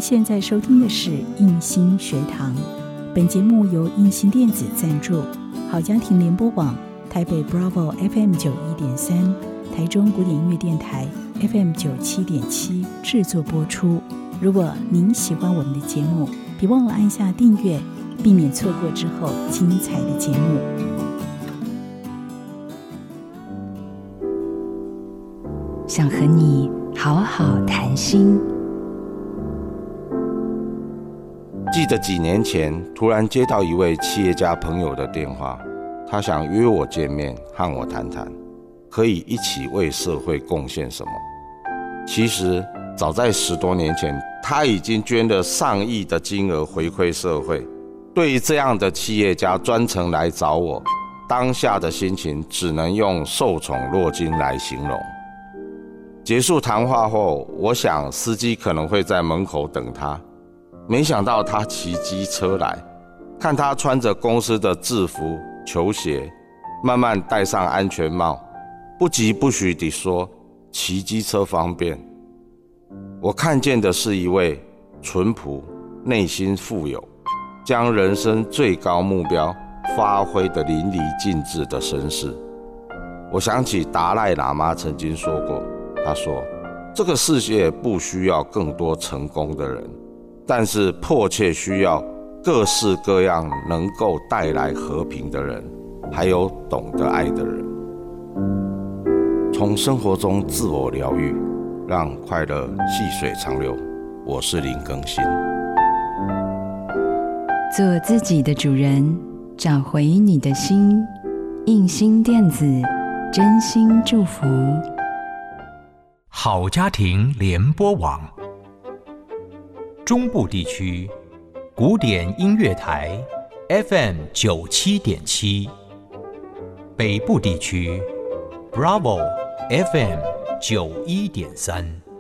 现在收听的是映心学堂，本节目由映心电子赞助，好家庭联播网台北 Bravo FM 91.3，台中古典音乐电台 FM 97.7制作播出。如果您喜欢我们的节目，别忘了按下订阅，避免错过之后精彩的节目。想和你好好谈心。 记得几年前突然接到一位企业家朋友的电话，他想约我见面，和我谈谈可以一起为社会贡献什么。其实早在10多年前，他已经捐了上亿的金额回馈社会。对于这样的企业家专程来找我，当下的心情只能用受宠若惊来形容。结束谈话后，我想司机可能会在门口等他，没想到他骑机车来，看他穿着公司的制服球鞋，慢慢戴上安全帽，不疾不徐地说骑机车方便。我看见的是一位淳朴、内心富有，将人生最高目标发挥得淋漓尽致的绅士。我想起达赖喇嘛曾经说过，他说这个世界不需要更多成功的人，但是迫切需要各式各样能够带来和平的人，还有懂得爱的人。从生活中自我疗愈，让快乐细水长流。我是林更新。 做自己的主人，找回你的心。映心电子，真心祝福。 好家庭联播网，中部地区古典音乐台 FM 97.7，北部地区 Bravo FM 91.3。